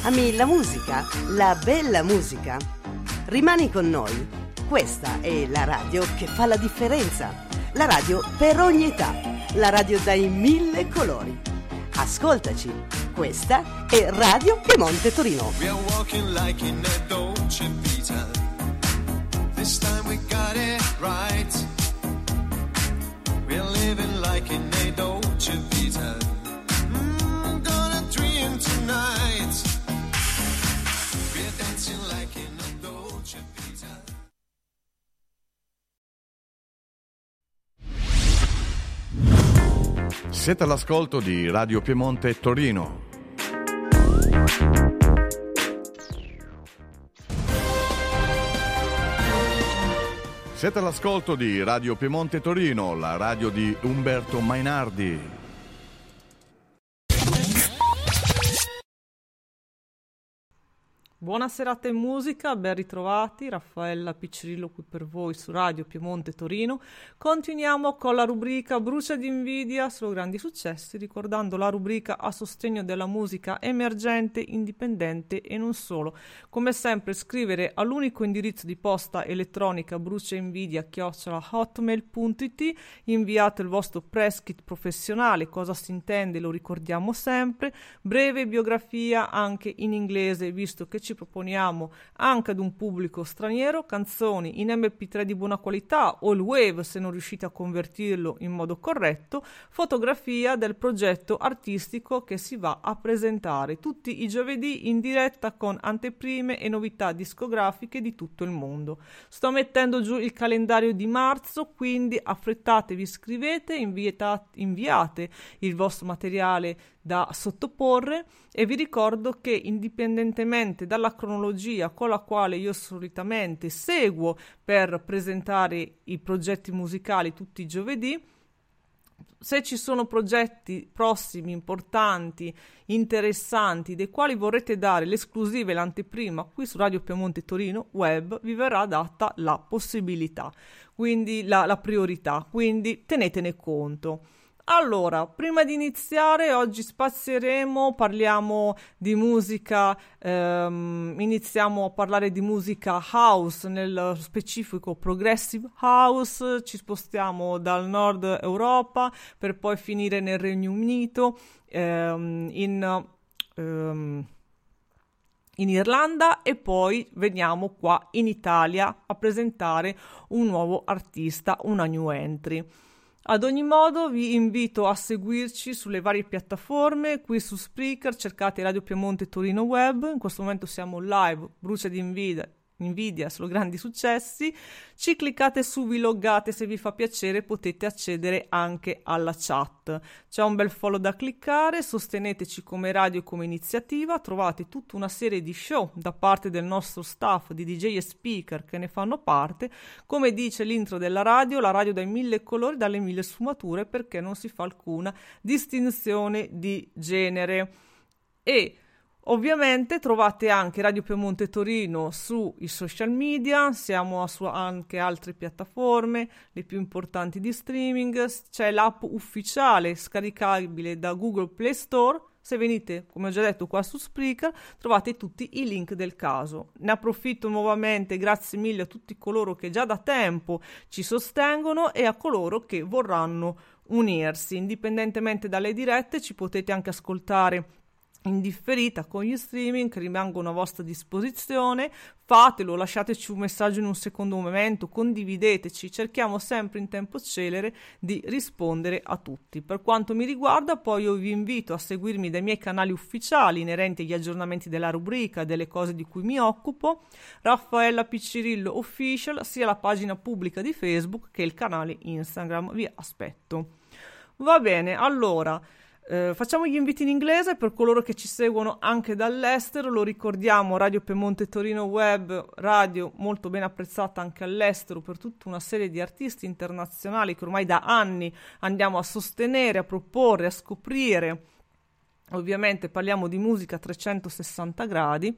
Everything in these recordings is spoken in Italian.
Ami la musica? La bella musica? Rimani con noi. Questa è la radio che fa la differenza. La radio per ogni età. La radio dai 1000 colori. Ascoltaci. Questa è Radio Piemonte Torino. We are walking like in a Dolce Vita. This time we got it right. We are living like in a Dolce Vita. Gonna dream tonight. We are dancing like in a Dolce Vita. Siete all'ascolto di Radio Piemonte Torino. Siete all'ascolto di Radio Piemonte Torino, la radio di Umberto Mainardi. Buona serata in musica, ben ritrovati, Raffaella Piccirillo qui per voi su Radio Piemonte Torino. Continuiamo con la rubrica Brucia d'invidia solo grandi successi, ricordando la rubrica a sostegno della musica emergente, indipendente e non solo. Come sempre scrivere all'unico indirizzo di posta elettronica bruciainvidia@hotmail.it, inviate il vostro press kit professionale, cosa si intende lo ricordiamo sempre, breve biografia anche in inglese visto che ci proponiamo anche ad un pubblico straniero, canzoni in MP3 di buona qualità o il WAV se non riuscite a convertirlo in modo corretto, fotografia del progetto artistico che si va a presentare tutti i giovedì in diretta con anteprime e novità discografiche di tutto il mondo. Sto mettendo giù il calendario di marzo, quindi affrettatevi, scrivete, inviate il vostro materiale da sottoporre e vi ricordo che indipendentemente dalla cronologia con la quale io solitamente seguo per presentare i progetti musicali tutti i giovedì, se ci sono progetti prossimi, importanti, interessanti, dei quali vorrete dare l'esclusiva e l'anteprima qui su Radio Piemonte Torino Web, vi verrà data la possibilità, quindi la priorità, quindi tenetene conto. Allora, prima di iniziare, oggi parliamo di musica, iniziamo a parlare di musica house, nel specifico progressive house, ci spostiamo dal nord Europa per poi finire nel Regno Unito, in Irlanda e poi veniamo qua in Italia a presentare un nuovo artista, una new entry. Ad ogni modo vi invito a seguirci sulle varie piattaforme, qui su Spreaker cercate Radio Piemonte Torino Web, in questo momento siamo live, brucia di invidia solo grandi successi, ci cliccate su, vi loggate, se vi fa piacere potete accedere anche alla chat, c'è un bel follow da cliccare, sosteneteci come radio e come iniziativa, trovate tutta una serie di show da parte del nostro staff di DJ e speaker che ne fanno parte, come dice l'intro della radio, la radio dai 1000 colori, dalle 1000 sfumature, perché non si fa alcuna distinzione di genere. E ovviamente trovate anche Radio Piemonte Torino sui social media, siamo su anche altre piattaforme, le più importanti di streaming, c'è l'app ufficiale scaricabile da Google Play Store, se venite, come ho già detto, qua su Spreaker, trovate tutti i link del caso. Ne approfitto nuovamente, grazie mille a tutti coloro che già da tempo ci sostengono e a coloro che vorranno unirsi. Indipendentemente dalle dirette ci potete anche ascoltare in differita con gli streaming che rimangono a vostra disposizione, fatelo, lasciateci un messaggio in un secondo momento, condivideteci, cerchiamo sempre in tempo celere di rispondere a tutti. Per quanto mi riguarda, poi io vi invito a seguirmi dai miei canali ufficiali inerenti agli aggiornamenti della rubrica, delle cose di cui mi occupo, Raffaella Piccirillo Official, sia la pagina pubblica di Facebook che il canale Instagram, vi aspetto. Va bene, allora facciamo gli inviti in inglese per coloro che ci seguono anche dall'estero. Lo ricordiamo, Radio Piemonte Torino Web, radio molto ben apprezzata anche all'estero per tutta una serie di artisti internazionali che ormai da anni andiamo a sostenere, a proporre, a scoprire. Ovviamente parliamo di musica a 360 gradi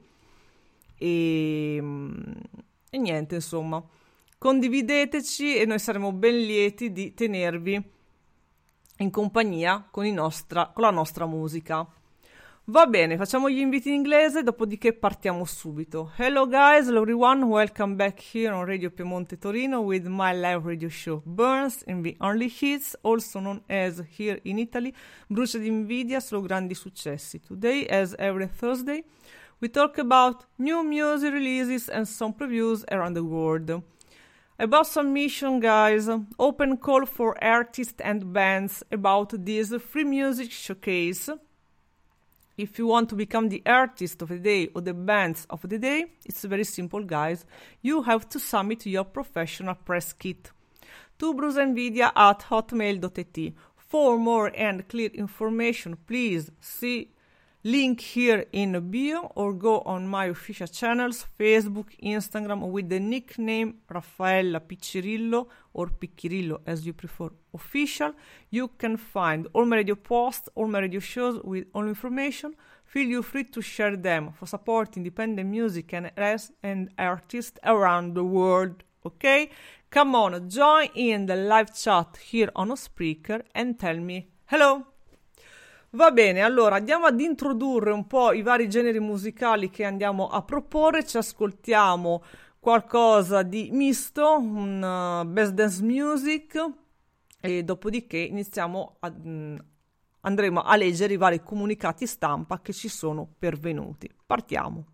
e niente, insomma, condivideteci e noi saremo ben lieti di tenervi in compagnia con la nostra musica. Va bene, facciamo gli inviti in inglese, dopodiché partiamo subito. Hello guys, hello everyone, welcome back here on Radio Piemonte Torino with my live radio show Burns in the Only Hits, also known as here in Italy, Brucia di Invidia, solo grandi successi. Today, as every Thursday, we talk about new music releases and some previews around the world. About submission, guys, open call for artists and bands about this free music showcase. If you want to become the artist of the day or the bands of the day, it's very simple, guys. You have to submit your professional press kit to brucenvidia@hotmail.it. For more and clear information, please see link here in bio or go on my official channels, Facebook, Instagram, with the nickname Raffaella Piccirillo or Piccirillo as you prefer official. You can find all my radio posts, all my radio shows with all information. Feel you free to share them for support independent music and artists around the world. Ok? Come on, join in the live chat here on a speaker and tell me hello. Va bene, allora andiamo ad introdurre un po' i vari generi musicali che andiamo a proporre, ci ascoltiamo qualcosa di misto, un best dance music e dopodiché andremo a leggere i vari comunicati stampa che ci sono pervenuti. Partiamo.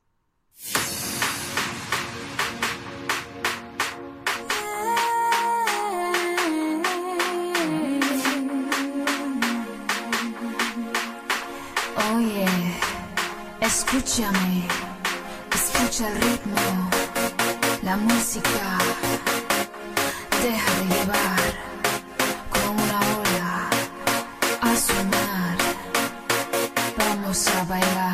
Oh yeah, escúchame, escucha el ritmo, la música, deja de llevar como una ola a sonar, vamos a bailar.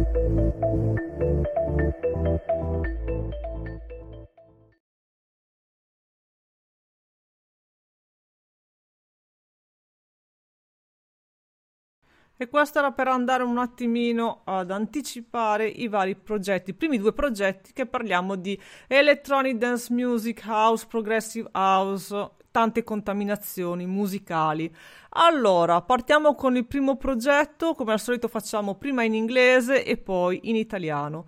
E questo era per andare un attimino ad anticipare i vari progetti, i primi due progetti che parliamo di electronic dance music, house, progressive house, tante contaminazioni musicali. Allora, partiamo con il primo progetto, come al solito facciamo prima in inglese e poi in italiano.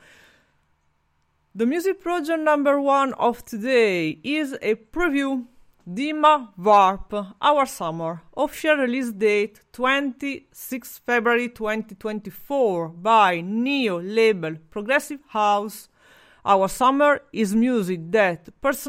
The music project number 1 of today is a preview. Dima Warp, Our Summer, official release date 26 February 2024 by Neo label Progressive House. Our Summer is music that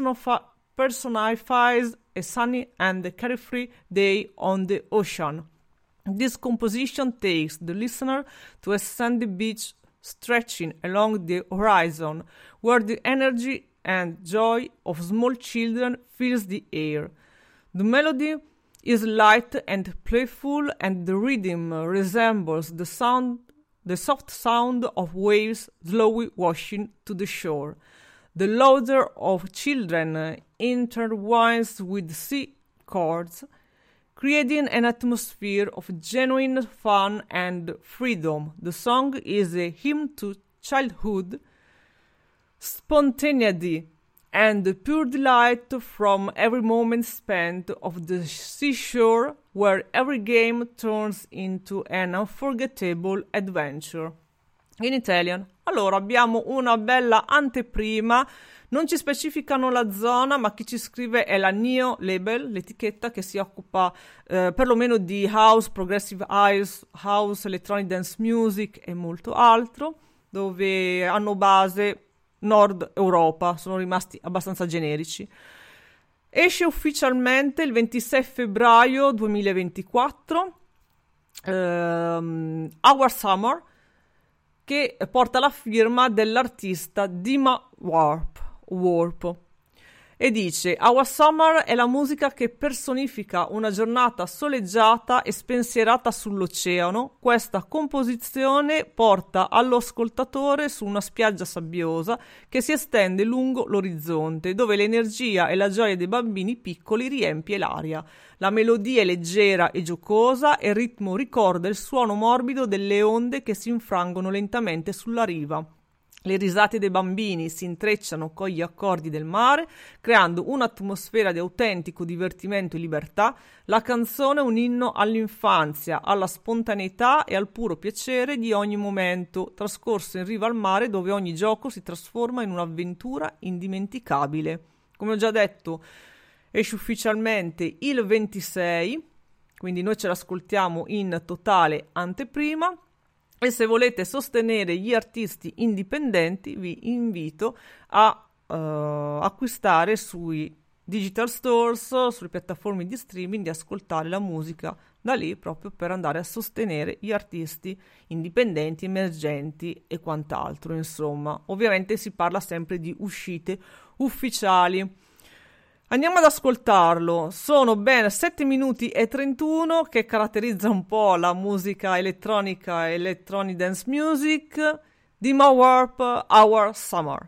personifies a sunny and carefree day on the ocean. This composition takes the listener to a sandy beach stretching along the horizon, where the energy and joy of small children fills the air. The melody is light and playful, and the rhythm resembles the soft sound of waves slowly washing to the shore. The laughter of children intertwines with sea chords, creating an atmosphere of genuine fun and freedom. The song is a hymn to childhood, spontaneity, and the pure delight from every moment spent of the seashore, where every game turns into an unforgettable adventure. In Italian. Allora, abbiamo una bella anteprima, non ci specificano la zona, ma chi ci scrive è la Neo Label, l'etichetta che si occupa perlomeno di house, progressive house, electronic dance music e molto altro, dove hanno base Nord Europa, sono rimasti abbastanza generici. Esce ufficialmente il 26 febbraio 2024 Our Summer, che porta la firma dell'artista Dima Warp, e dice: Our Summer è la musica che personifica una giornata soleggiata e spensierata sull'oceano. Questa composizione porta allo ascoltatore su una spiaggia sabbiosa che si estende lungo l'orizzonte, dove l'energia e la gioia dei bambini piccoli riempie l'aria. La melodia è leggera e giocosa e il ritmo ricorda il suono morbido delle onde che si infrangono lentamente sulla riva. Le risate dei bambini si intrecciano con gli accordi del mare, creando un'atmosfera di autentico divertimento e libertà. La canzone è un inno all'infanzia, alla spontaneità e al puro piacere di ogni momento trascorso in riva al mare, dove ogni gioco si trasforma in un'avventura indimenticabile. Come ho già detto, esce ufficialmente il 26, quindi noi ce l'ascoltiamo in totale anteprima. E se volete sostenere gli artisti indipendenti, vi invito a acquistare sui digital stores, sulle piattaforme di streaming, di ascoltare la musica da lì, proprio per andare a sostenere gli artisti indipendenti, emergenti e quant'altro. Insomma, ovviamente si parla sempre di uscite ufficiali. Andiamo ad ascoltarlo, sono ben 7 minuti e 31, che caratterizza un po' la musica elettronica e electronic dance music. Dima Warp, Our Summer.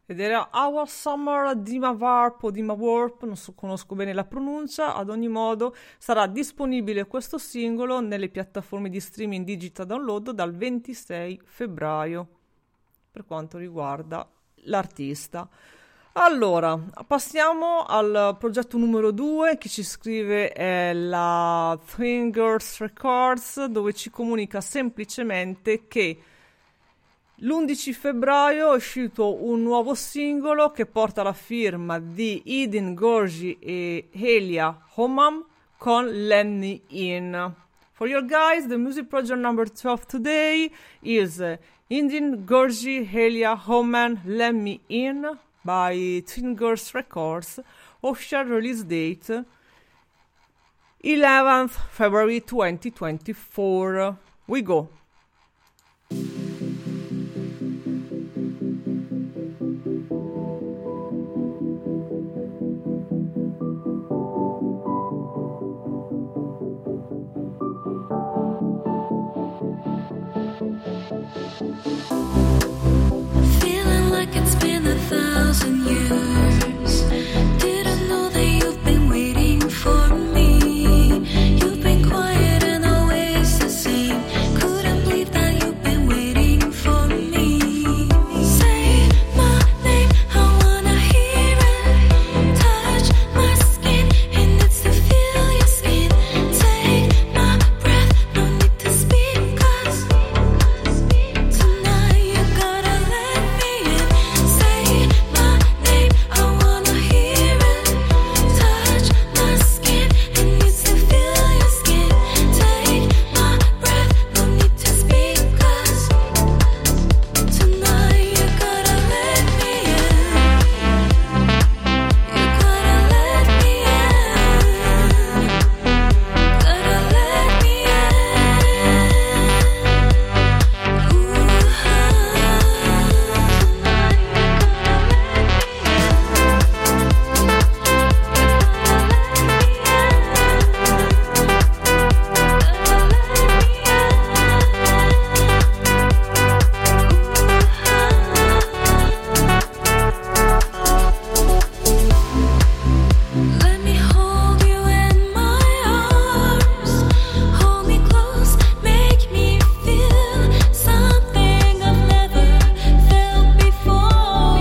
ed era Our Summer Dima Warp o Dima Warp, non conosco bene la pronuncia. Ad ogni modo sarà disponibile questo singolo nelle piattaforme di streaming digital download dal 26 febbraio per quanto riguarda l'artista. Allora, passiamo al progetto numero 2. Chi ci scrive è la Twin Girls Records, dove ci comunica semplicemente che l'11 febbraio è uscito un nuovo singolo che porta la firma di Eden Gorgi e Helia Homam con Let Me In. For your guys, the music project number 12 today is Eden Gorgi, Helia Homam, Let Me In by Twin Girls Records, official release date 11th February 2024. We go. Feeling like it's been 1,000 years. Didn't know that you've been waiting for me. You've been quiet and always the same. Couldn't believe that you've been waiting for me. Say my name, I wanna hear it. Touch my skin, it needs to feel your skin. Take my breath, no need to speak, 'cause tonight you gotta let me in. Say my name, I wanna hear it. Touch my skin, it needs to feel your skin. Take my breath, no need to speak, 'cause tonight you gotta let me in. You gotta let me in. Gotta let me Let me hold you in my arms. Hold me close, make me feel something I've never felt before.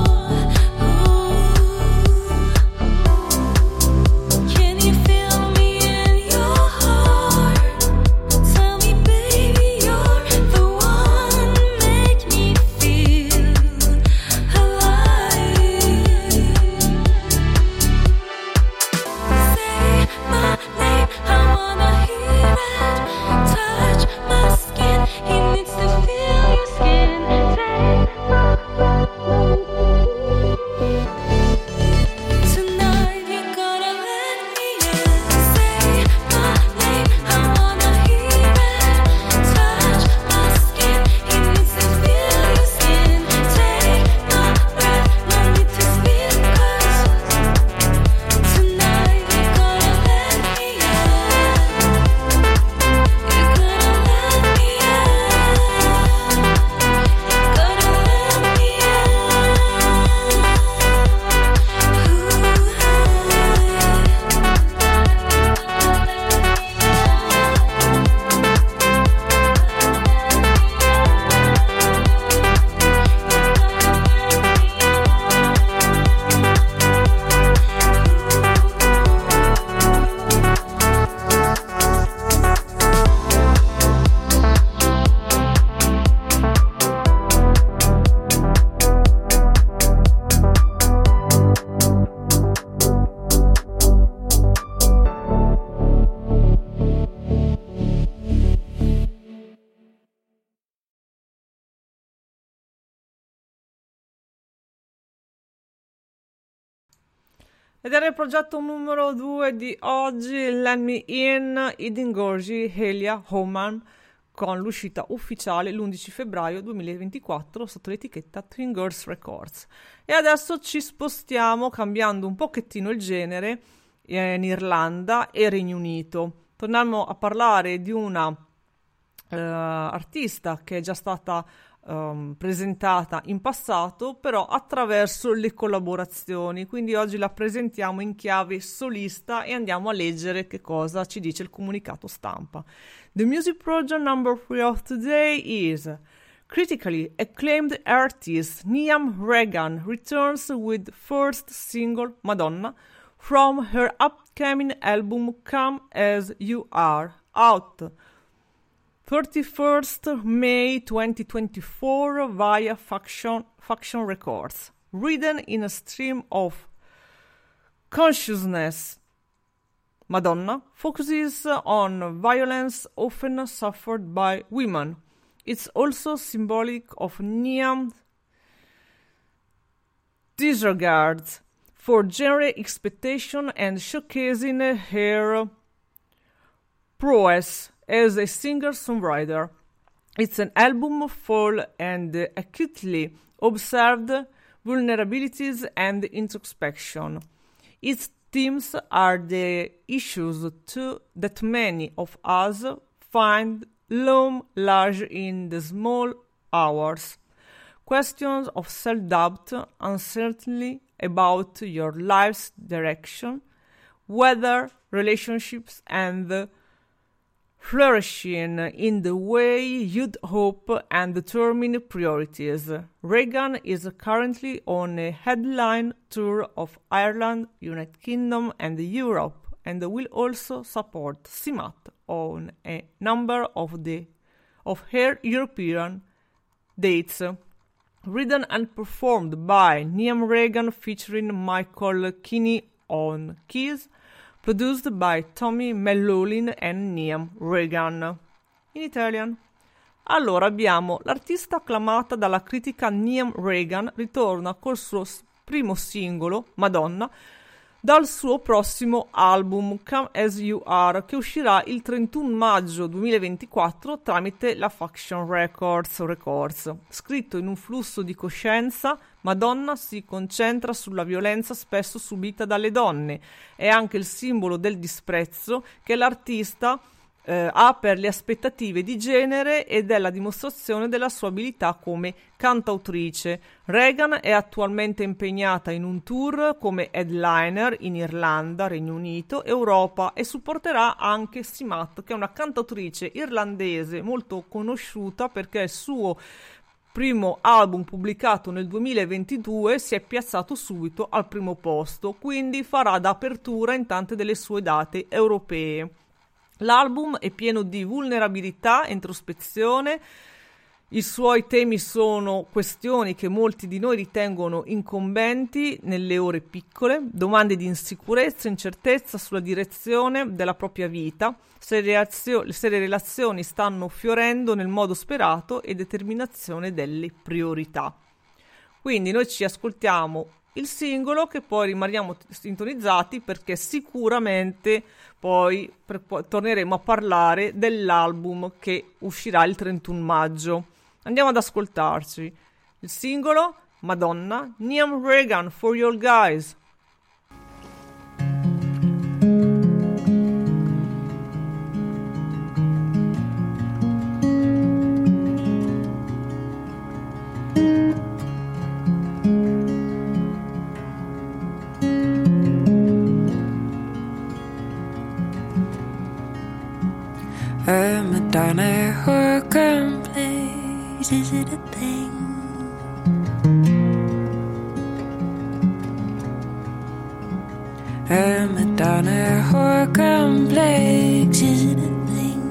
Can you feel me in your heart? Tell me, baby, you're the one. Make me feel alive. Say my name, I wanna hear it. Touch my skin, he needs to feel your skin. Take my breath. Tonight you gotta let me in. Say my name, I wanna hear it. Touch my skin, he needs to feel your skin. Take my breath, no need to speak, 'cause tonight you gotta let me in. You gotta let me in. Gotta let me Ed era il progetto numero 2 di oggi, Let Me In, Eden Gorgi, Helia Homam, con l'uscita ufficiale l'11 febbraio 2024 sotto l'etichetta Twin Girls Records. E adesso ci spostiamo, cambiando un pochettino il genere, in Irlanda e Regno Unito. Torniamo a parlare di una artista che è già stata presentata in passato, però attraverso le collaborazioni. Quindi oggi la presentiamo in chiave solista e andiamo a leggere che cosa ci dice il comunicato stampa. The music project number 3 of today is critically acclaimed artist Niamh Regan returns with first single Madonna from her upcoming album Come As You Are, out 31st May 2024 via Faction Records. Written in a stream of consciousness, Madonna focuses on violence often suffered by women. It's also symbolic of Niamh's disregard for gender expectation and showcasing her prowess as a singer-songwriter. It's an album full and acutely observed vulnerabilities and introspection. Its themes are the issues that many of us find loom large in the small hours. Questions of self-doubt, uncertainty about your life's direction, whether relationships and flourishing in the way you'd hope and determine priorities. Regan is currently on a headline tour of Ireland, United Kingdom and Europe, and will also support CMAT on a number of her European dates. Written and performed by Niamh Regan featuring Michael Kinney on keys, produced by Tommy Mellolin and Niamh Regan. In Italian. Allora abbiamo l'artista acclamata dalla critica Niamh Regan ritorna col suo primo singolo, Madonna, dal suo prossimo album Come As You Are, che uscirà il 31 maggio 2024 tramite la Faction Records. Scritto in un flusso di coscienza, Madonna si concentra sulla violenza spesso subita dalle donne. È anche il simbolo del disprezzo che l'artista ha per le aspettative di genere ed è la dimostrazione della sua abilità come cantautrice. Regan è attualmente impegnata in un tour come headliner in Irlanda, Regno Unito, Europa e supporterà anche CMAT, che è una cantautrice irlandese molto conosciuta perché il suo primo album pubblicato nel 2022 si è piazzato subito al primo posto, quindi farà da apertura in tante delle sue date europee. L'album è pieno di vulnerabilità e introspezione. I suoi temi sono questioni che molti di noi ritengono incombenti nelle ore piccole, domande di insicurezza, incertezza sulla direzione della propria vita, se le relazioni stanno fiorendo nel modo sperato e determinazione delle priorità. Quindi noi ci ascoltiamo il singolo, che poi rimaniamo sintonizzati perché sicuramente poi torneremo a parlare dell'album che uscirà il 31 maggio. Andiamo ad ascoltarci il singolo Madonna, Niamh Regan, For Your Guys. Madonna, her complex, is it a thing? Madonna, her complex, is it a thing?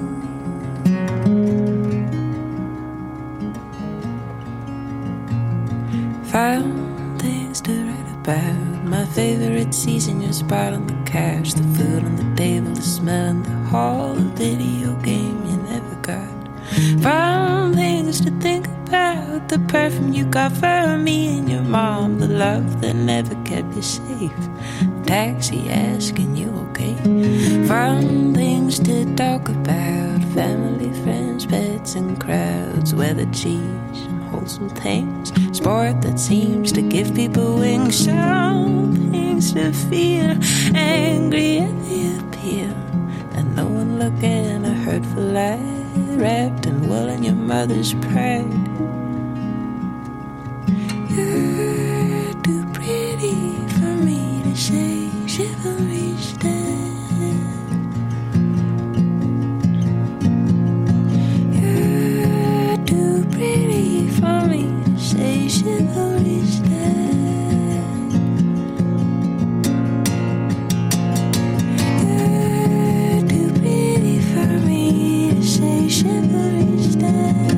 Found things to write about. My favorite season, your spot on the couch, the food on the table, the smell in the hall, the video game you never got. Found things to think about, the perfume you got for me and your mom, the love that never kept you safe, taxi asking you okay. Found things to talk about, family, friends, pets and crowds, weather, cheese and wholesome things, sport that seems to give people wings, some things to feel, angry at the appeal, and no one looking, a hurtful lie wrapped in wool and your mother's pride. You're too pretty for me to say chivalry's dead. You're too pretty for me to say chivalry's dead. You're too pretty for me to say chivalry's dead.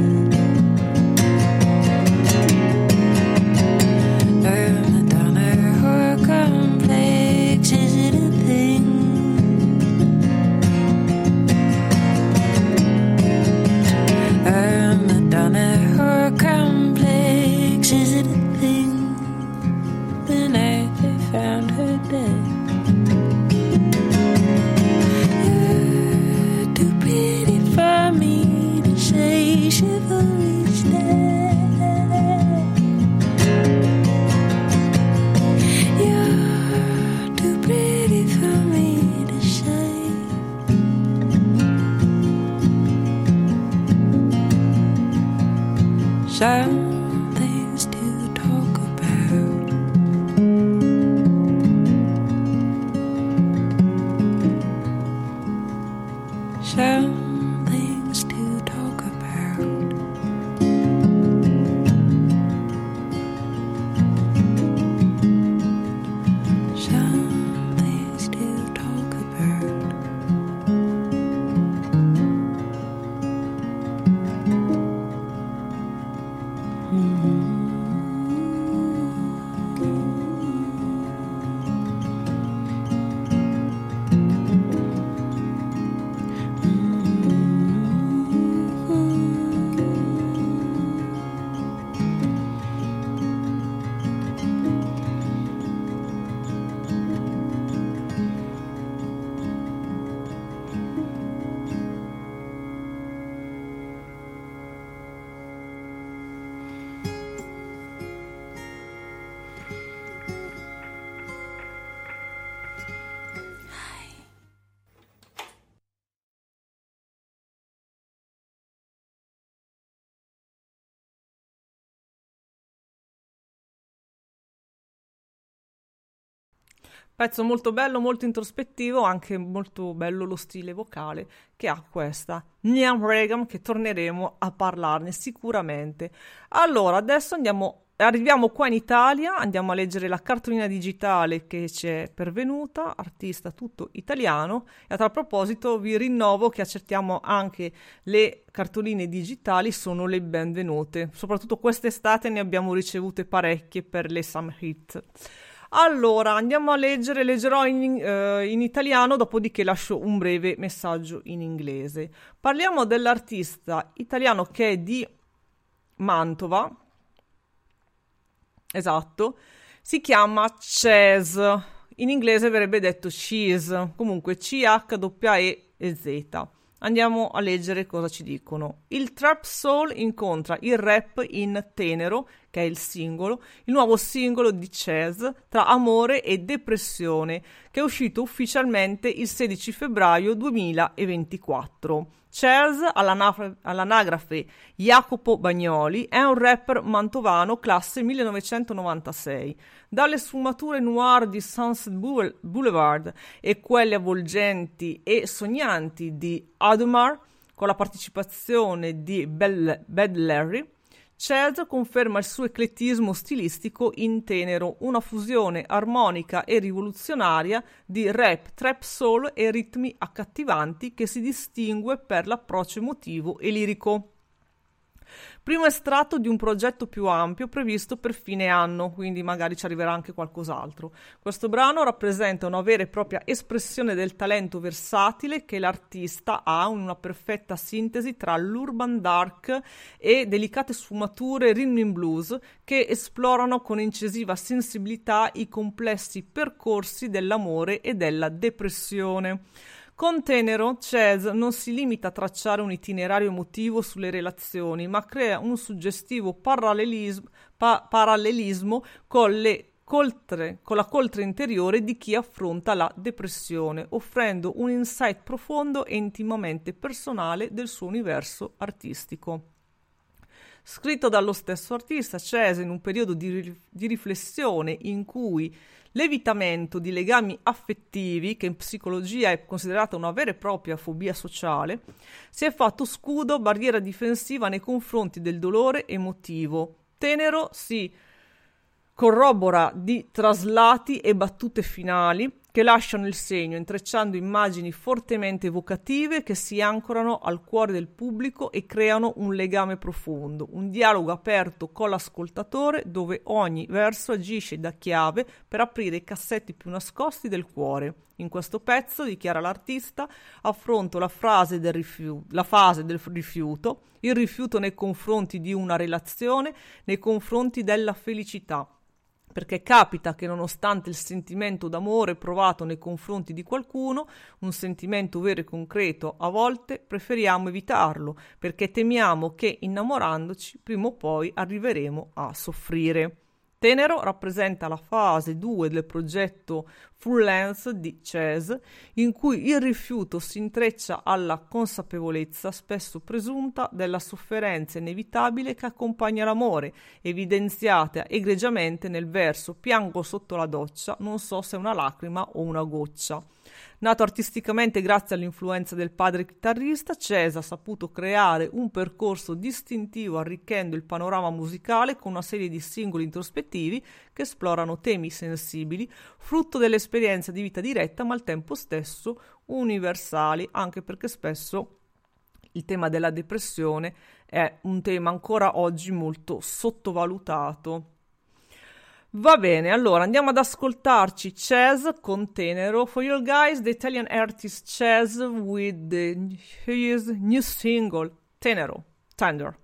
Madonna, her complex, is it a thing? Madonna, her complex, is it a thing? The night they found her dead. You're too pretty for me to say chivalry's dead. You're too pretty for me to say. Some things to talk about. Some things to talk about. Some things to talk about. Pezzo molto bello, molto introspettivo, anche molto bello lo stile vocale che ha questa Niamh Ragan, che torneremo a parlarne sicuramente. Allora, adesso arriviamo qua in Italia, andiamo a leggere la cartolina digitale che ci è pervenuta, artista tutto italiano, e a tal proposito vi rinnovo che accettiamo anche le cartoline digitali, sono le benvenute, soprattutto quest'estate ne abbiamo ricevute parecchie per le Summer Hit. Allora, andiamo a leggerò in italiano, dopodiché lascio un breve messaggio in inglese. Parliamo dell'artista italiano che è di Mantova, esatto, si chiama Chaz, in inglese verrebbe detto Cheese, comunque C-H-E-E-Z. Andiamo a leggere cosa ci dicono. Il Trap Soul incontra il rap in Tenero, che è il nuovo singolo di Chaz, tra amore e depressione, che è uscito ufficialmente il 16 febbraio 2024. Chaz, all'anagrafe Jacopo Bagnoli, è un rapper mantovano classe 1996. Dalle sfumature noir di Sunset Boulevard e quelle avvolgenti e sognanti di Adomar, con la partecipazione di Bad Larry, Chaz conferma il suo eclettismo stilistico in Tenero, una fusione armonica e rivoluzionaria di rap, trap soul e ritmi accattivanti che si distingue per l'approccio emotivo e lirico. Primo estratto di un progetto più ampio previsto per fine anno, quindi magari ci arriverà anche qualcos'altro. Questo brano rappresenta una vera e propria espressione del talento versatile che l'artista ha, in una perfetta sintesi tra l'urban dark e delicate sfumature rhythm and blues che esplorano con incisiva sensibilità i complessi percorsi dell'amore e della depressione. Con Tenero, Chaz non si limita a tracciare un itinerario emotivo sulle relazioni, ma crea un suggestivo parallelismo con la coltre interiore di chi affronta la depressione, offrendo un insight profondo e intimamente personale del suo universo artistico. scritto dallo stesso artista Chase in un periodo di riflessione in cui l'evitamento di legami affettivi, che in psicologia è considerata una vera e propria fobia sociale, si è fatto scudo, barriera difensiva nei confronti del dolore emotivo. Tenero si corrobora di traslati e battute finali che lasciano il segno, intrecciando immagini fortemente evocative che si ancorano al cuore del pubblico e creano un legame profondo, un dialogo aperto con l'ascoltatore dove ogni verso agisce da chiave per aprire i cassetti più nascosti del cuore. In questo pezzo, dichiara l'artista, affronto la fase del rifiuto, il rifiuto nei confronti di una relazione, nei confronti della felicità. Perché capita che nonostante il sentimento d'amore provato nei confronti di qualcuno, un sentimento vero e concreto, a volte preferiamo evitarlo, perché temiamo che innamorandoci prima o poi arriveremo a soffrire. Tenero rappresenta la fase 2 del progetto Full Length di Chase, in cui il rifiuto si intreccia alla consapevolezza, spesso presunta, della sofferenza inevitabile che accompagna l'amore, evidenziata egregiamente nel verso «Piango sotto la doccia, non so se è una lacrima o una goccia». Nato artisticamente grazie all'influenza del padre chitarrista, Chase ha saputo creare un percorso distintivo arricchendo il panorama musicale con una serie di singoli introspettivi che esplorano temi sensibili, frutto dell'esperienza di vita diretta ma al tempo stesso universali, anche perché spesso il tema della depressione è un tema ancora oggi molto sottovalutato. Va bene, allora andiamo ad ascoltarci Chase con Tenero. For you guys, the Italian artist Chase with his new single Tenero, Tender.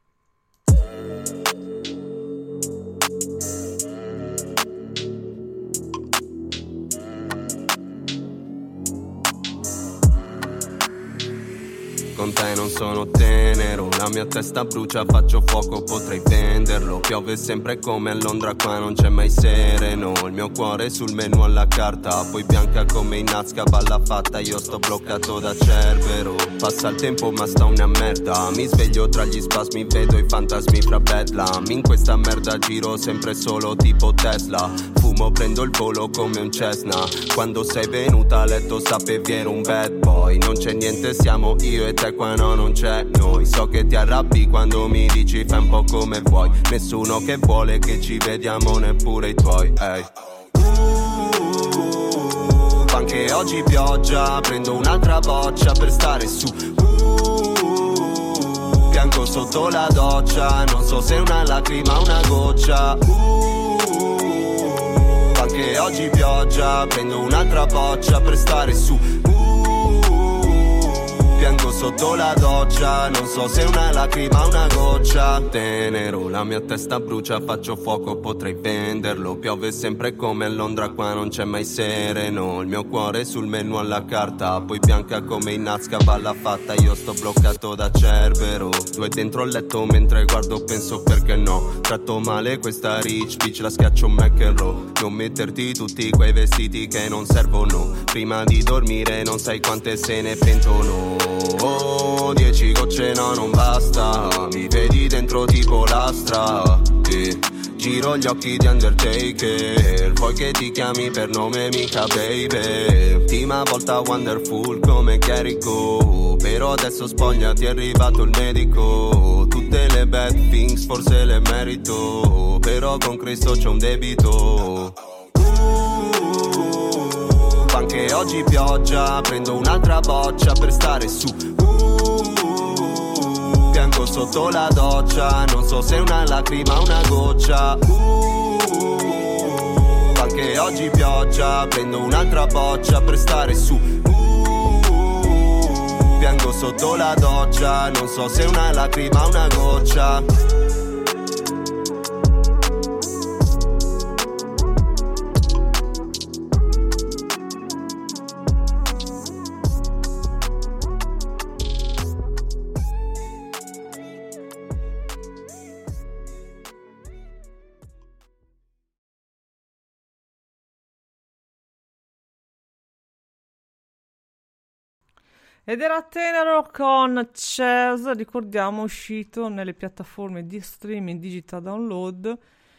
Con te non sono tenero, la mia testa brucia, faccio fuoco, potrei venderlo. Piove sempre come a Londra, qua non c'è mai sereno. Il mio cuore sul menù alla carta, poi bianca come in Nazca, balla fatta, io sto bloccato da Cerbero. Passa il tempo ma sta una merda, mi sveglio tra gli spasmi, vedo i fantasmi fra Bedlam. In questa merda giro sempre solo tipo Tesla, fumo, prendo il volo come un Cessna. Quando sei venuta a letto sapevi ero un bad boy, non c'è niente, siamo io e te, qua no, non c'è noi. So che ti arrabbi quando mi dici fai un po' come vuoi, nessuno che vuole che ci vediamo, neppure i tuoi, ehi. Anche oggi pioggia, prendo un'altra boccia per stare su. Piango sotto la doccia, non so se è una lacrima o una goccia. Anche oggi pioggia, prendo un'altra boccia per stare su. Piango sotto la doccia, non so se è una lacrima o una goccia. Tenero, la mia testa brucia, faccio fuoco, potrei venderlo. Piove sempre come a Londra, qua non c'è mai sereno. Il mio cuore sul menù alla carta, poi bianca come in Nazca, balla fatta, io sto bloccato da Cerbero. Due dentro il letto mentre guardo, penso perché no. Tratto male questa rich bitch, la schiaccio McEnroe. Non metterti tutti quei vestiti che non servono, prima di dormire non sai quante se ne pentono. Oh, 10 gocce no, non basta, mi vedi dentro tipo lastra, giro gli occhi di Undertaker, poi che ti chiami per nome mica baby. Ultima volta wonderful come Jericho, però adesso spogliati, è arrivato il medico. Tutte le bad things forse le merito, però con Cristo c'è un debito. Anche oggi pioggia, prendo un'altra boccia per stare su. Piango sotto la doccia, non so se è una lacrima o una goccia. Anche oggi pioggia, prendo un'altra boccia per stare su. Piango sotto la doccia, non so se è una lacrima o una goccia. Ed era tenero con Chess, ricordiamo, uscito nelle piattaforme di streaming digital download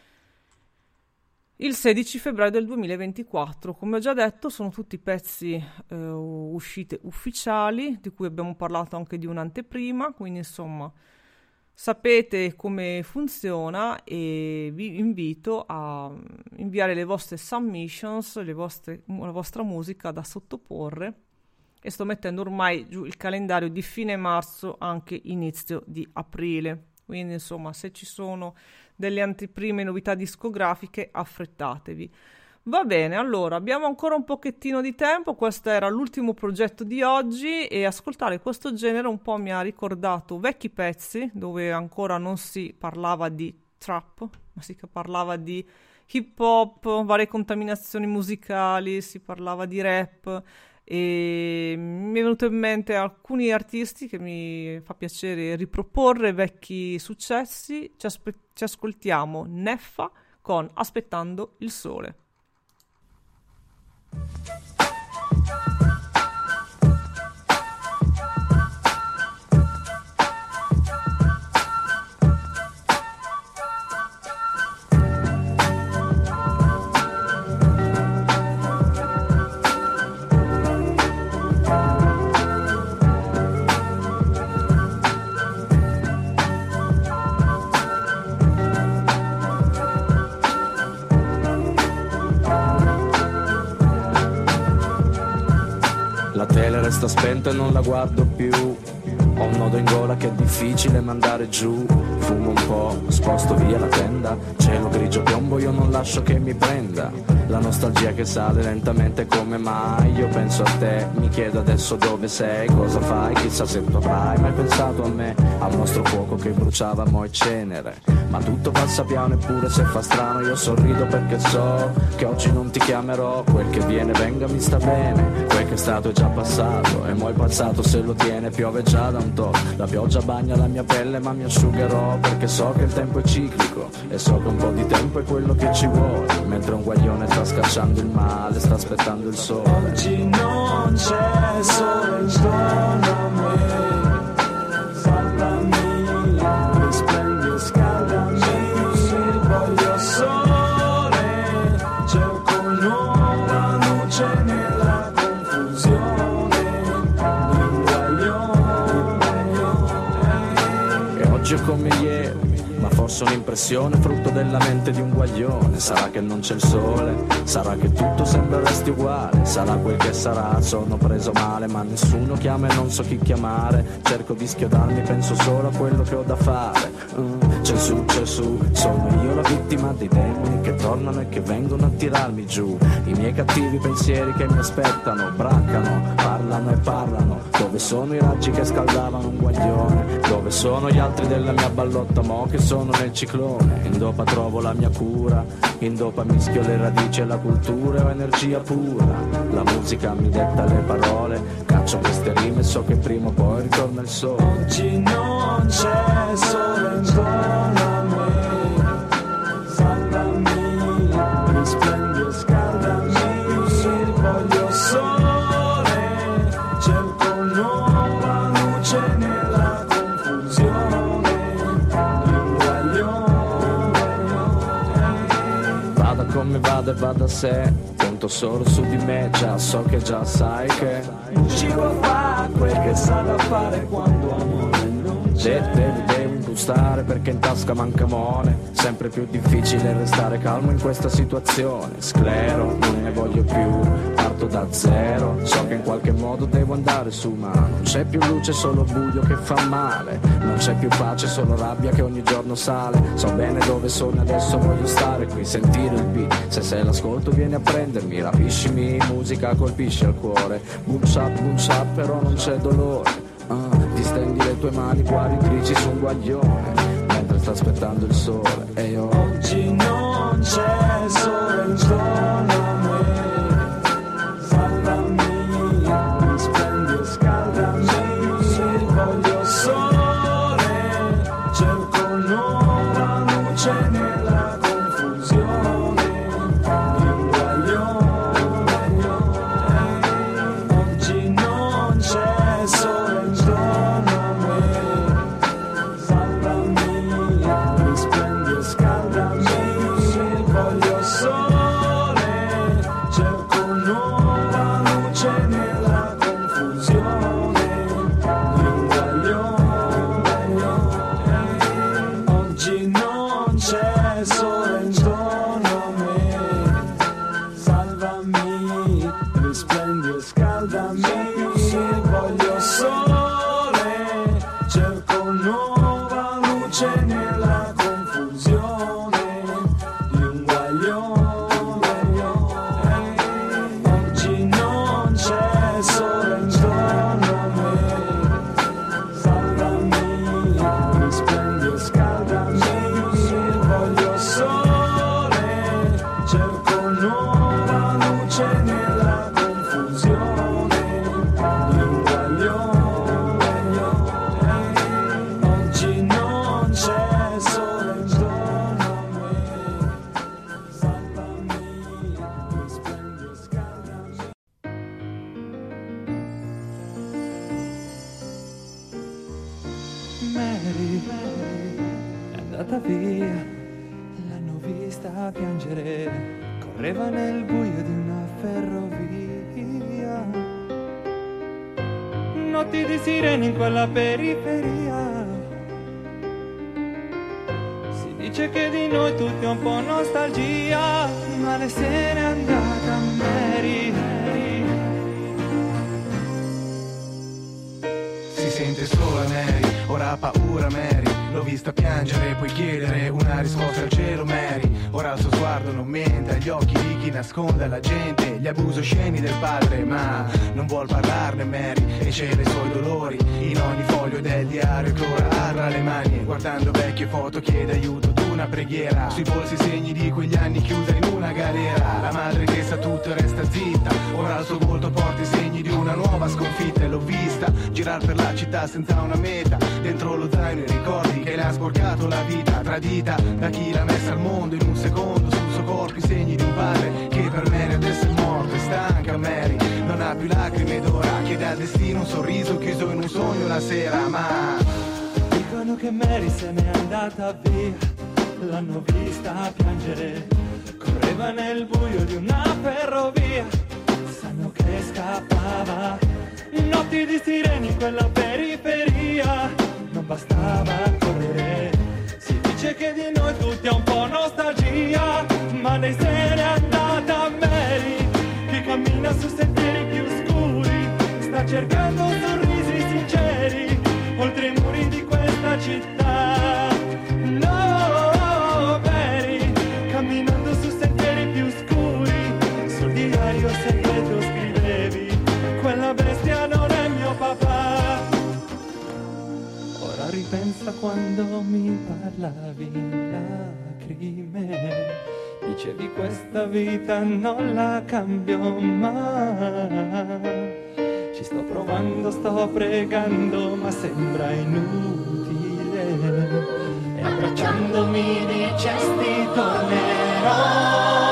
il 16 febbraio del 2024. Come ho già detto, sono tutti pezzi uscite ufficiali, di cui abbiamo parlato anche di un'anteprima, quindi insomma sapete come funziona e vi invito a inviare le vostre submissions, la vostra musica da sottoporre. E sto mettendo ormai giù il calendario di fine marzo, anche inizio di aprile. Quindi insomma, se ci sono delle anteprime novità discografiche, affrettatevi. Va bene, allora abbiamo ancora un pochettino di tempo. Questo era l'ultimo progetto di oggi e ascoltare questo genere un po' mi ha ricordato vecchi pezzi dove ancora non si parlava di trap, ma si parlava di hip hop, varie contaminazioni musicali, si parlava di rap. E mi è venuto in mente alcuni artisti che mi fa piacere riproporre, vecchi successi. Ci ascoltiamo Neffa con Aspettando il sole. La tele resta spenta e non la guardo più. Ho un nodo in gola che è difficile mandare giù. Fumo un po', sposto via la tenda. Cielo grigio piombo, io non lascio che mi prenda. La nostalgia che sale lentamente come mai. Io penso a te, mi chiedo adesso dove sei. Cosa fai, chissà se tu avrai mai pensato a me. Al nostro fuoco che bruciava mo' e cenere. Ma tutto passa piano eppure se fa strano io sorrido perché so che oggi non ti chiamerò. Quel che viene venga mi sta bene. Quel che è stato è già passato e mo' il passato se lo tiene. Piove già da un po', la pioggia bagna la mia pelle ma mi asciugherò. Perché so che il tempo è ciclico e so che un po' di tempo è quello che ci vuole. Mentre un guaglione sta scacciando il male, sta aspettando il sole. Oggi non c'è sole intorno a me. Salvami, risplende e scaldami. Voglio sole, cerco nuova luce nella confusione di un guaglione. E oggi è come ieri, ma forse un'impressione frutto della mente di un guaglione. Sarà che non c'è il sole, sarà che tutto sembra resti uguale. Sarà quel che sarà, sono preso male, ma nessuno chiama e non so chi chiamare. Cerco di schiodarmi, penso solo a quello che ho da fare. C'è su, sono io la vittima dei demoni che tornano e che vengono a tirarmi giù. I miei cattivi pensieri che mi aspettano, braccano, parlano e parlano. Dove sono i raggi che scaldavano un guaglione? Dove sono gli altri della mia ballotta mo' che sono nel ciclone? In dopa trovo la mia cura, in dopa mischio le radici e la cultura, ho energia pura. La musica mi detta le parole, caccio queste rime e so che prima o poi ritorna il sole. Oggi non c'è sole intorno a me. Salvami, risplendi e scaldami. Voglio sole, cerco nuova luce nella confusione di un guaglione. Vada come vada e vada a sé, conto solo su di me, già so che già sai che Uscivo a fare quel che sa da fare quando amore non c'è. devo impostare perché in tasca manca mone. Sempre più difficile restare calmo in questa situazione. Sclero, non ne voglio più, parto da zero. So che in qualche modo devo andare su, ma non c'è più luce, solo buio che fa male. Non c'è più pace, solo rabbia che ogni giorno sale. So bene dove sono, adesso voglio stare qui, sentire il beat. Se sei l'ascolto vieni a prendermi, rapiscimi, musica colpisce al cuore. Boom shot, però non c'è dolore. Distendi le tue mani guaritrici su un guaglione mentre sta aspettando il sole e io oggi non c'è sole intorno a me. Salvami, risprendi e scaldami. Voglio sole, cerco nuova luce nella confusione di un guaglione. Oggi non c'è sole Mary è andata via, l'hanno vista piangere, correva nel buio di una ferrovia. Notti di sirene in quella periferia. Si dice che di noi tutti è un po' nostalgia, ma lei se n'è andata Mary. Si sente sola Mary, ora ha paura Mary. L'ho vista piangere, puoi chiedere una risposta al cielo Mary. Ora il suo sguardo non mente, agli occhi di chi nasconde alla gente gli abusi osceni del padre, ma non vuol parlarne Mary e cela i suoi dolori in ogni foglio del diario che ora ha tra le mani. Guardando vecchie foto chiede aiuto d'una preghiera, sui polsi segni di quegli anni chiusa in una galera. La madre che sa tutto e resta zitta, ora il suo volto porta i segni di una nuova sconfitta. E l'ho vista girar per la città senza una meta, dentro lo zaino i ricordi che le ha sporcato la vita, tradita da chi l'ha messa al mondo in un secondo. Sul suo corpo i segni di un padre che per Mary adesso è morto. È stanca Mary, non ha più lacrime ed ora chiede al destino un sorriso chiuso in un sogno la sera. Ma dicono che Mary se n'è andata via, l'hanno vista piangere, correva nel buio di una ferrovia. Sanno che scappava, notti di sirene in quella periferia. Non bastava correre, si dice che di noi tutti è un po' nostalgia, ma lei se n'è andata Mary, che cammina su sentieri più scuri, sta cercando sorrisi sinceri oltre i muri di questa città. No, Mary, camminando su sentieri più scuri, sul diario segreto scrivevi: quella bestia non è mio papà. Ora ripensa quando mi parlavi in lacrime, dicevi questa vita non la cambio mai. Ci sto provando, sto pregando, ma sembra inutile. E abbracciandomi dicesti tornerò.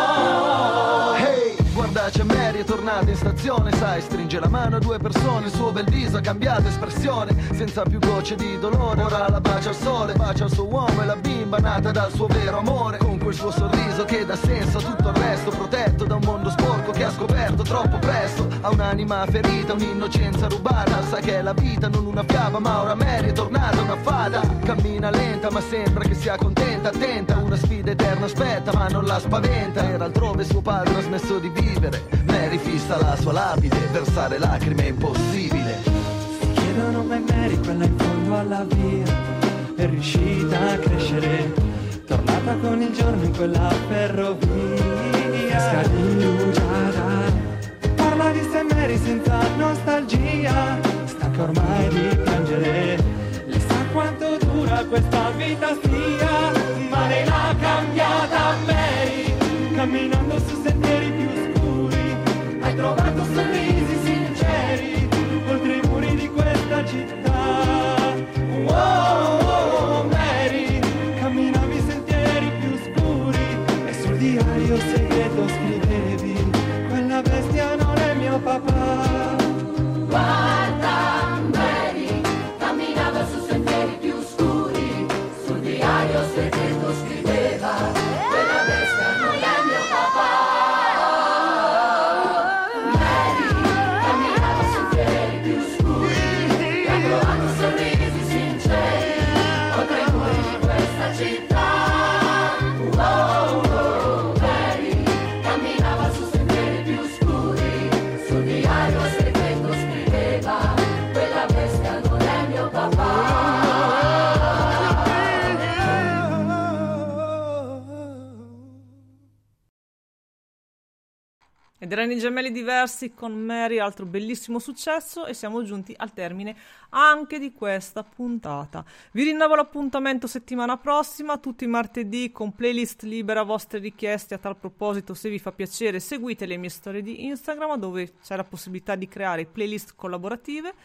Guarda c'è Mary, è tornata in stazione, sai, stringe la mano a due persone, il suo bel viso ha cambiato espressione, senza più gocce di dolore, ora la bacia al sole, bacia il suo uomo e la bimba nata dal suo vero amore, con quel suo sorriso che dà senso a tutto il resto, protetto da un mondo sporco che ha scoperto troppo presto, ha un'anima ferita, un'innocenza rubata, sa che è la vita non una fiaba, ma ora Mary è tornata una fata, cammina lenta ma sembra che sia contenta, attenta, una sfida eterna aspetta ma non la spaventa, era altrove suo padre ha smesso di vivere, Mary fissa la sua lapide, versare lacrime è impossibile. Si chiedono ma Mary, quella in fondo alla via, è riuscita a crescere, tornata con il giorno in quella ferrovia, scadugiata, parla di se Mary senza nostalgia, stanca ormai di piangere, lei sa quanto dura questa vita sia, ma lei l'ha cambiata Mary, camminando su sentieri più scuri, hai trovato sorrisi sinceri oltre i muri di questa città. Oh, Mary, camminavi sentieri più scuri e sul diario segreto scrivevi: quella bestia non è mio papà. Guarda, Mary, camminava su sentieri più scuri, sul diario segreto scriveva: quella bestia non è mio papà. Mary, camminava su sentieri più scuri, e ha trovato sorrisi sinceri oltre i muri di questa città. Oh, Mary, camminava su sentieri più scuri, sul diario segreto scriveva: quella bestia non è mio papà. Ed erano i Gemelli Diversi con Mary, altro bellissimo successo, e siamo giunti al termine anche di questa puntata. Vi rinnovo l'appuntamento settimana prossima, tutti i martedì, con playlist libera a vostre richieste. A tal proposito, se vi fa piacere, seguite le mie storie di Instagram, dove c'è la possibilità di creare playlist collaborative.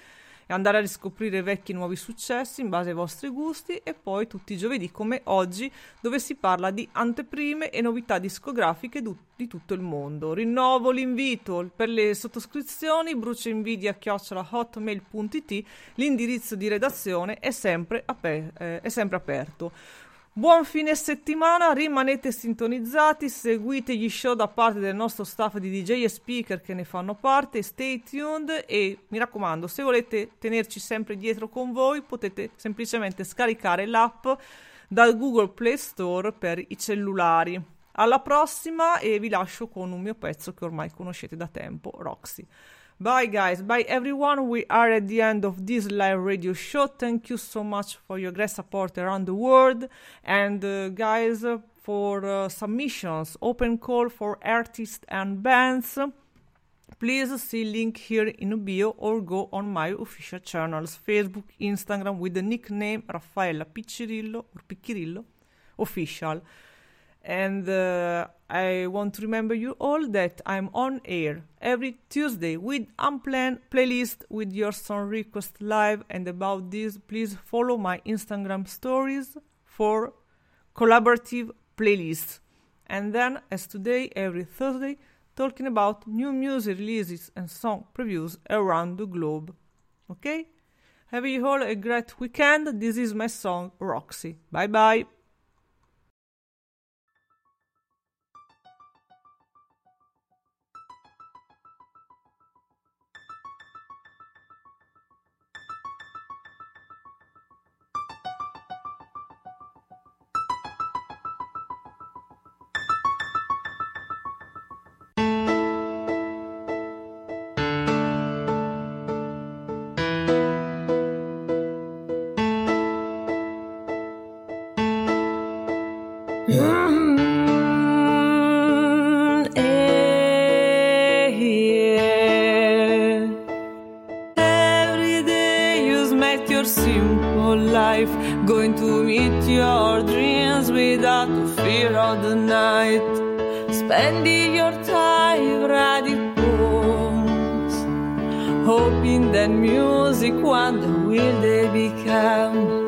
e andare a riscoprire vecchi e nuovi successi in base ai vostri gusti, e poi tutti i giovedì come oggi, dove si parla di anteprime e novità discografiche di tutto il mondo. Rinnovo l'invito per le sottoscrizioni: bruciainvidia@hotmail.it, l'indirizzo di redazione è sempre aperto. Buon fine settimana, rimanete sintonizzati, seguite gli show da parte del nostro staff di DJ e speaker che ne fanno parte, stay tuned, e mi raccomando, se volete tenerci sempre dietro con voi potete semplicemente scaricare l'app dal Google Play Store per i cellulari. Alla prossima, e vi lascio con un mio pezzo che ormai conoscete da tempo, Roxy. Bye guys, bye everyone, we are at the end of this live radio show. Thank you so much for your great support around the world, and guys, for submissions, open call for artists and bands, please see link here in bio or go on my official channels, Facebook, Instagram, with the nickname Raffaella Piccirillo or Piccirillo official. And I want to remember you all that I'm on air every Tuesday with unplanned playlist with your song request live. And about this, please follow my Instagram stories for collaborative playlists. And then, as today, every Thursday, talking about new music releases and song previews around the globe. Okay? Have you all a great weekend. This is my song, Roxy. Bye bye. Every day you smite your simple life, going to meet your dreams without the fear of the night, spending your time writing poems, hoping that music one day will they become.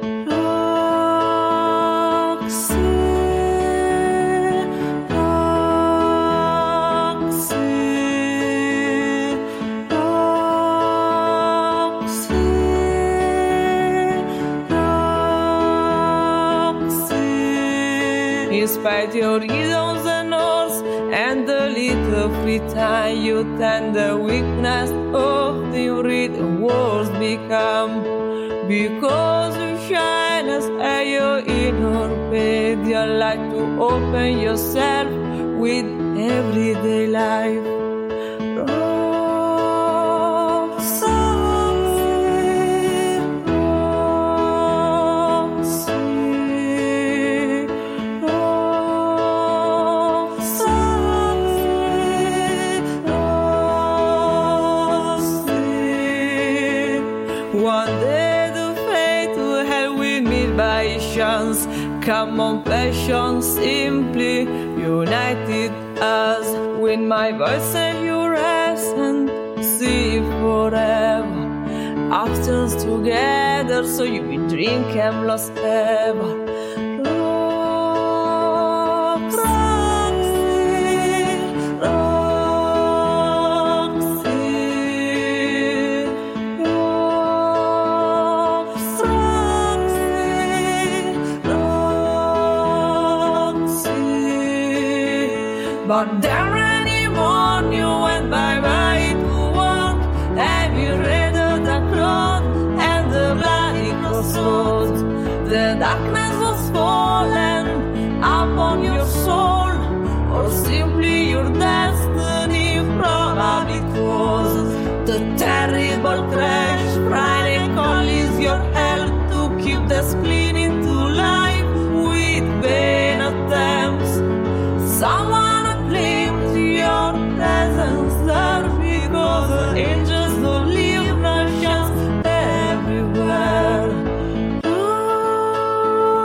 Despite your rhythms and notes and the little free time you tend, the weakness of the written words become, because you shine as your inner bed, you like to open yourself with everyday life. One day the fate will have we meet by chance. Come on, passion, simply united us. With my voice and your essence, see forever. After together, so you will drink and lost ever. But there any morning went by to walk. Have you read the cloth and the bloody crossroads? The darkness was fallen upon your soul, or simply your destiny, probably it was the terrible crash. Friday call is your hell to keep the spleen into life with vain attempts. Someone claims your presence there, because the angels don't leave no chance everywhere. Roxy,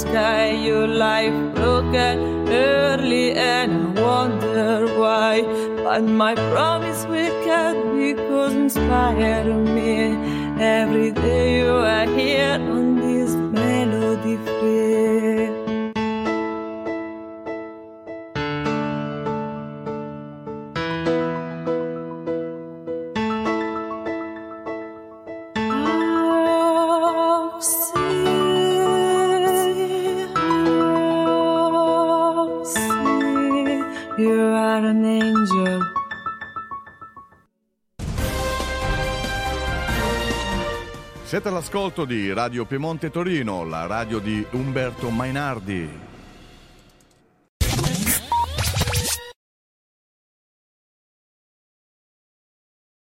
sky, your life broken early, and I wonder why. But my promise will kept because inspire me. Every day you are here on this melody free. You are an angel. Siete all'ascolto di Radio Piemonte Torino, la radio di Umberto Mainardi.